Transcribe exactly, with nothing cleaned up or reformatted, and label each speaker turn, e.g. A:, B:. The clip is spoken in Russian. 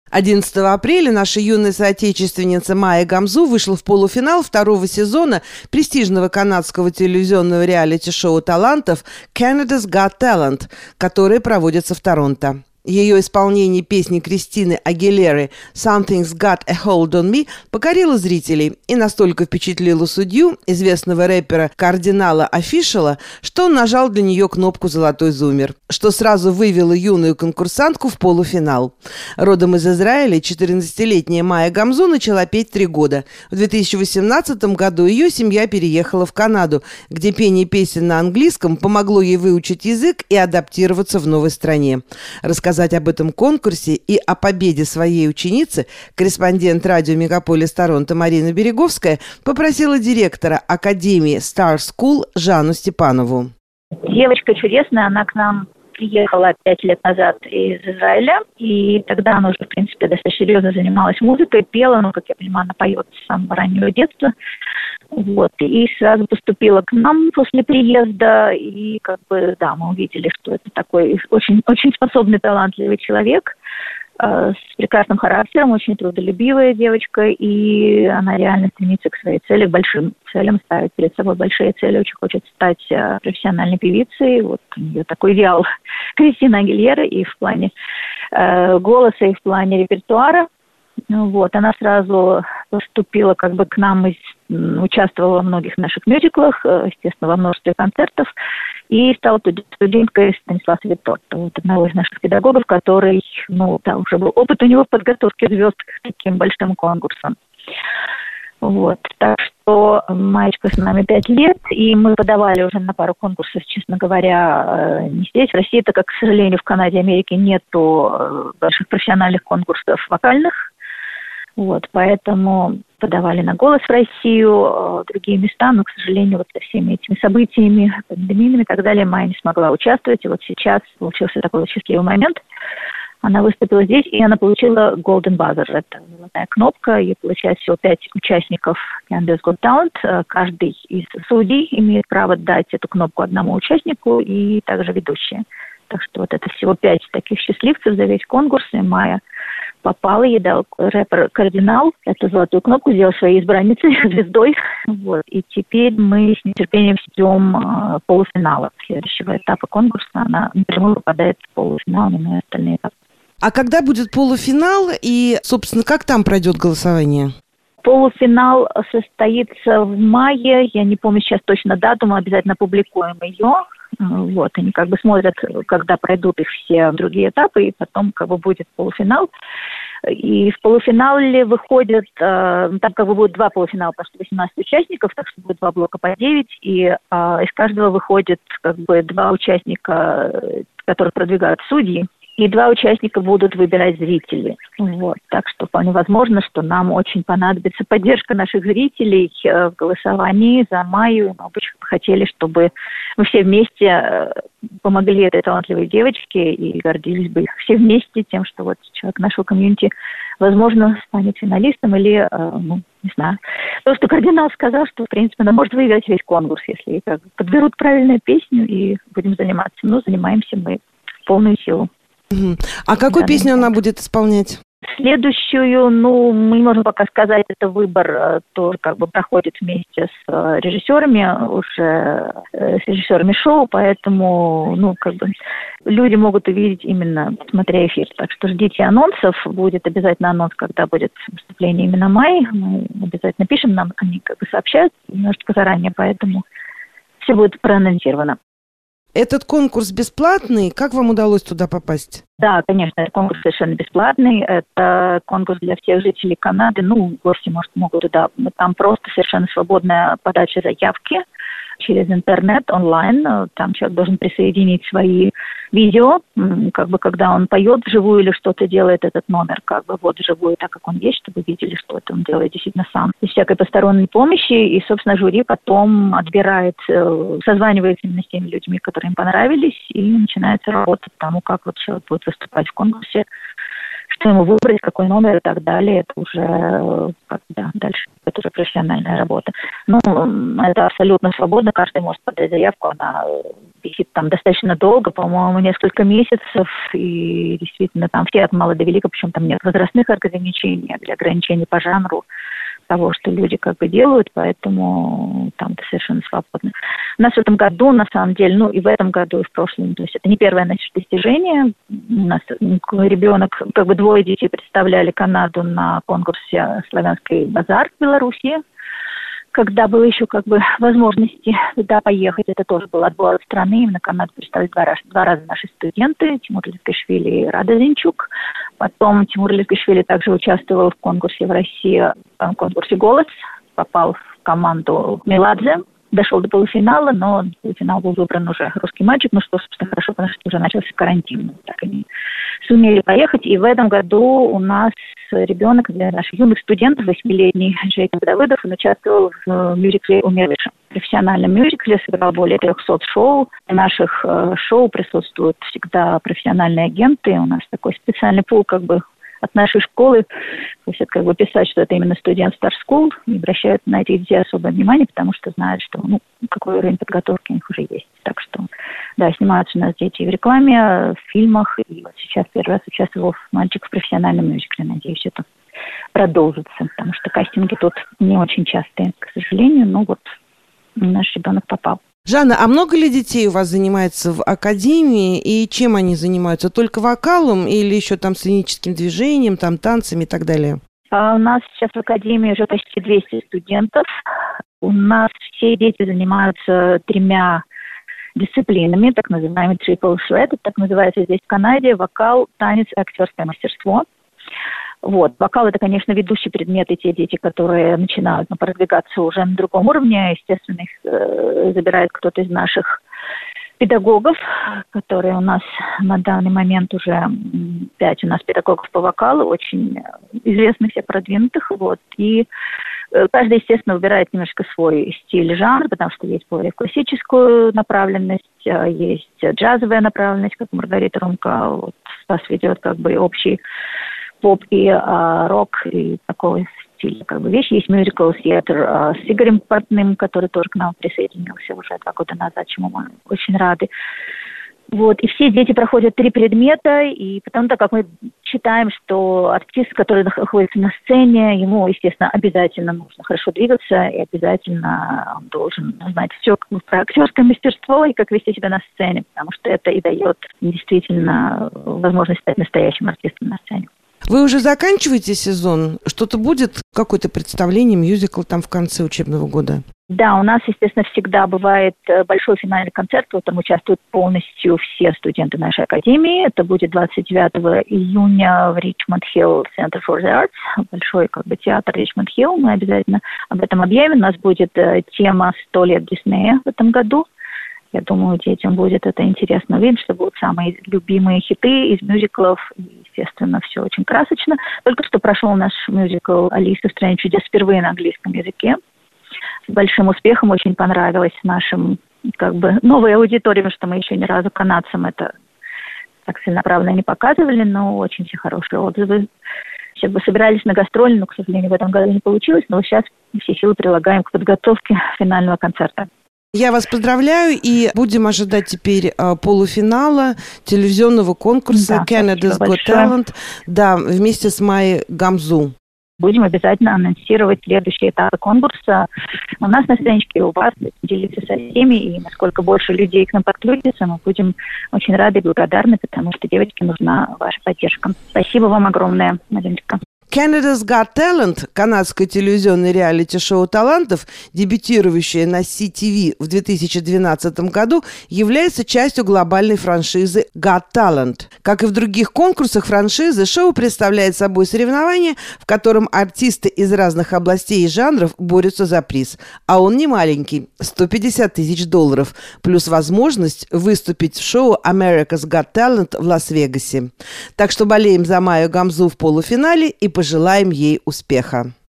A: одиннадцатого апреля наша юная соотечественница Майя Гамзу вышла в полуфинал второго сезона престижного канадского телевизионного реалити-шоу талантов Canada's Got Talent, которое проводится в Торонто. Ее исполнение песни Кристины Агилеры «Something's Got a Hold on Me» покорило зрителей и настолько впечатлило судью, известного рэпера Кардинала Офишала, что он нажал для нее кнопку «Золотой зуммер», что сразу вывело юную конкурсантку в полуфинал. Родом из Израиля четырнадцатилетняя Майя Гамзу начала петь три года. В две тысячи восемнадцатом году ее семья переехала в Канаду, где пение песен на английском помогло ей выучить язык и адаптироваться в новой стране. Рассказать об этом конкурсе и о победе своей ученицы корреспондент радио «Мегаполис Торонто» Марина Береговская попросила директора Академии Star School Жанну Степанову.
B: Девочка чудесная, она к нам приехала пять лет назад из Израиля, и тогда она уже, в принципе, достаточно серьезно занималась музыкой, пела, ну, как я понимаю, она поет с самого раннего детства. Вот, и сразу поступила к нам после приезда, и как бы, да, мы увидели, что это такой очень, очень способный, талантливый человек, э, с прекрасным характером, очень трудолюбивая девочка, и она реально стремится к своей цели, к большим целям, ставит перед собой большие цели, очень хочет стать э, профессиональной певицей. Вот у нее такой идеал Кристина Агилера и в плане э, голоса, и в плане репертуара. Вот, она сразу поступила как бы к нам, из, участвовала во многих наших мюзиклах, естественно, во множестве концертов, и стала студенткой Станислава Виторта, вот одного из наших педагогов, который, ну, да, уже был опыт у него в подготовке звезд к таким большим конкурсам. Вот, так что Маечка с нами пять лет, и мы подавали уже на пару конкурсов, честно говоря, не здесь, в России, так как, к сожалению, в Канаде и Америке нету больших профессиональных конкурсов вокальных. Вот, поэтому подавали на «Голос» в Россию, другие места, но, к сожалению, вот со всеми этими событиями, пандемийными и так далее, Майя не смогла участвовать. И вот сейчас получился такой вот счастливый момент. Она выступила здесь, и она получила Golden Buzzer. Это золотая кнопка, и получается всего пять участников Canada's Got Talent. Каждый из судей имеет право дать эту кнопку одному участнику, и также ведущие. Так что вот это всего пять таких счастливцев за весь конкурс, и Майя попала, ей дал рэпер Кардинал эту золотую кнопку, сделал своей избранницей, звездой. Вот. И теперь мы с нетерпением ждем э, полуфинала следующего этапа конкурса. Она напрямую попадает в полуфинал, и на остальные этапы.
A: А когда будет полуфинал и, собственно, как там пройдет голосование?
B: Полуфинал состоится в мае. Я не помню сейчас точно дату, мы обязательно публикуем ее. Вот, они как бы смотрят, когда пройдут их все другие этапы, и потом как бы будет полуфинал. И в полуфинале выходят, э, там как бы будет два полуфинала, потому что восемнадцать участников, так что будет два блока по девять, и э, из каждого выходит как бы два участника, которых продвигают судьи, и два участника будут выбирать зрители. Вот. Так что вполне возможно, что нам очень понадобится поддержка наших зрителей в голосовании за Майю. Мы бы хотели, чтобы мы все вместе помогли этой талантливой девочке и гордились бы все вместе тем, что вот человек нашего комьюнити, возможно, станет финалистом или, ну, не знаю. То, что Кардинал сказал, что, в принципе, она может выиграть весь конкурс, если как бы подберут правильную песню и будем заниматься. Ну, занимаемся мы в полную силу.
A: А какую да, песню да. она будет исполнять?
B: Следующую, ну, мы не можем пока сказать, это выбор тоже как бы проходит вместе с режиссерами, уже с режиссерами шоу, поэтому, ну, как бы люди могут увидеть именно, смотря эфир. Так что ждите анонсов, будет обязательно анонс, когда будет выступление именно Майи, мы обязательно пишем, нам они как бы сообщают немножечко заранее, поэтому все будет проанонсировано.
A: Этот конкурс бесплатный. Как вам удалось туда попасть?
B: Да, конечно, этот конкурс совершенно бесплатный. Это конкурс для всех жителей Канады. Ну, гости, может, могут туда. Там просто совершенно свободная подача заявки через интернет, онлайн. Там человек должен присоединить свои видео, как бы когда он поет вживую или что-то делает, этот номер, как бы вот вживую, так как он есть, чтобы видели, что это он делает действительно сам. Без всякой посторонней помощи. И, собственно, жюри потом отбирает, созванивается именно с теми людьми, которые им понравились, и начинается работа по тому, как вот человек будет выступать в конкурсе, что ему выбрать, какой номер и так далее, это уже как, да, дальше это уже профессиональная работа. Ну, это абсолютно свободно, каждый может подать заявку, она висит там достаточно долго, по-моему, несколько месяцев, и действительно там все от мала до велика, причем там нет возрастных ограничений, или ограничений по жанру того, что люди как бы делают, поэтому там это совершенно свободно. У нас в этом году, на самом деле, ну и в этом году, и в прошлом, то есть это не первое наше достижение. У нас ребенок, как бы двое детей представляли Канаду на конкурсе «Славянский базар» в Беларуси, когда было еще как бы возможности туда поехать. Это тоже был отбор от страны. Именно Канаду представили два раза, два раза наши студенты, Тимур Лизгашвили и Рада Зинчук. Потом Тимур Лизгашвили также участвовал в конкурсе в России, в конкурсе «Голос», попал в команду «Меладзе». Дошел до полуфинала, но полуфинал был выбран уже русский мальчик, ну что, собственно, хорошо, потому что уже начался карантин. Так они сумели поехать. И в этом году у нас ребенок для наших юных студентов, восьмилетний Джейкоб Давыдов, он участвовал в мюзикле «Умершим». В профессиональном мюзикле сыграл более трехсот шоу. В наших э, шоу присутствуют всегда профессиональные агенты. У нас такой специальный пул, как бы, от нашей школы, просят как бы писать, что это именно студент Star School, и обращают на эти детей особое внимание, потому что знают, что ну, какой уровень подготовки у них уже есть. Так что, да, снимаются у нас дети и в рекламе, в фильмах, и вот сейчас первый раз участвовал мальчик в профессиональном мюзикле. Надеюсь, это продолжится, потому что кастинги тут не очень частые, к сожалению, но вот наш ребенок попал.
A: Жанна, а много ли детей у вас занимается в академии, и чем они занимаются? Только вокалом или еще там сценическим движением, там танцами и так далее?
B: А у нас сейчас в академии уже почти двести студентов. У нас все дети занимаются тремя дисциплинами, так называемый triple threat, это так называется здесь в Канаде: вокал, танец и актерское мастерство. Вот. Вокал – это, конечно, ведущий предмет, и те дети, которые начинают ну, продвигаться уже на другом уровне. Естественно, их э, забирает кто-то из наших педагогов, которые у нас на данный момент уже пять у нас педагогов по вокалу, очень известных, всех продвинутых. Вот. И каждый, естественно, выбирает немножко свой стиль, жанр, потому что есть более классическую направленность, есть джазовая направленность, как Маргарита Румка. Вот, Стас ведет как бы общий поп и а, рок, и такой стиль, как бы вещь. Есть мюзикл театр а, с Игорем Портным, который тоже к нам присоединился уже два года назад, чему мы очень рады. Вот, и все дети проходят три предмета, и потом, так как мы считаем, что артист, который находится на сцене, ему, естественно, обязательно нужно хорошо двигаться, и обязательно он должен знать все про актерское мастерство и как вести себя на сцене, потому что это и дает действительно возможность стать настоящим артистом на сцене.
A: Вы уже заканчиваете сезон? Что-то будет, какое-то представление, мюзикл там в конце учебного года?
B: Да, у нас, естественно, всегда бывает большой финальный концерт, в котором участвуют полностью все студенты нашей академии. Это будет двадцать девятого июня в Ричмонд-Хилл Center for the Arts, большой как бы театр Ричмонд-Хилл. Мы обязательно об этом объявим. У нас будет тема «сто лет Диснея» в этом году. Я думаю, детям будет это интересно увидеть, что будут самые любимые хиты из мюзиклов. И, естественно, все очень красочно. Только что прошел наш мюзикл «Алиса в стране чудес» впервые на английском языке. С большим успехом, очень понравилось нашим, как бы, новой аудитории, потому что мы еще ни разу канадцам это так целенаправленно не показывали, но очень все хорошие отзывы. Сейчас бы собирались на гастроли, но, к сожалению, в этом году не получилось, но сейчас все силы прилагаем к подготовке финального концерта.
A: Я вас поздравляю, и будем ожидать теперь а, полуфинала телевизионного конкурса
B: да,
A: Canada's Got Talent, да, вместе с Майей Гамзу.
B: Будем обязательно анонсировать следующие этапы конкурса у нас на страничке, у вас, делиться со всеми, и насколько больше людей к нам подключится, мы будем очень рады и благодарны, потому что девочке нужна ваша поддержка. Спасибо вам огромное, Мариночка.
A: Canada's Got Talent, канадское телевизионное реалити-шоу талантов, дебютирующее на си ти ви в две тысячи двенадцатом году, является частью глобальной франшизы Got Talent. Как и в других конкурсах франшизы, шоу представляет собой соревнование, в котором артисты из разных областей и жанров борются за приз. А он не маленький – сто пятьдесят тысяч долларов, плюс возможность выступить в шоу America's Got Talent в Лас-Вегасе. Так что болеем за Майю Гамзу в полуфинале и пожелаем ей успеха.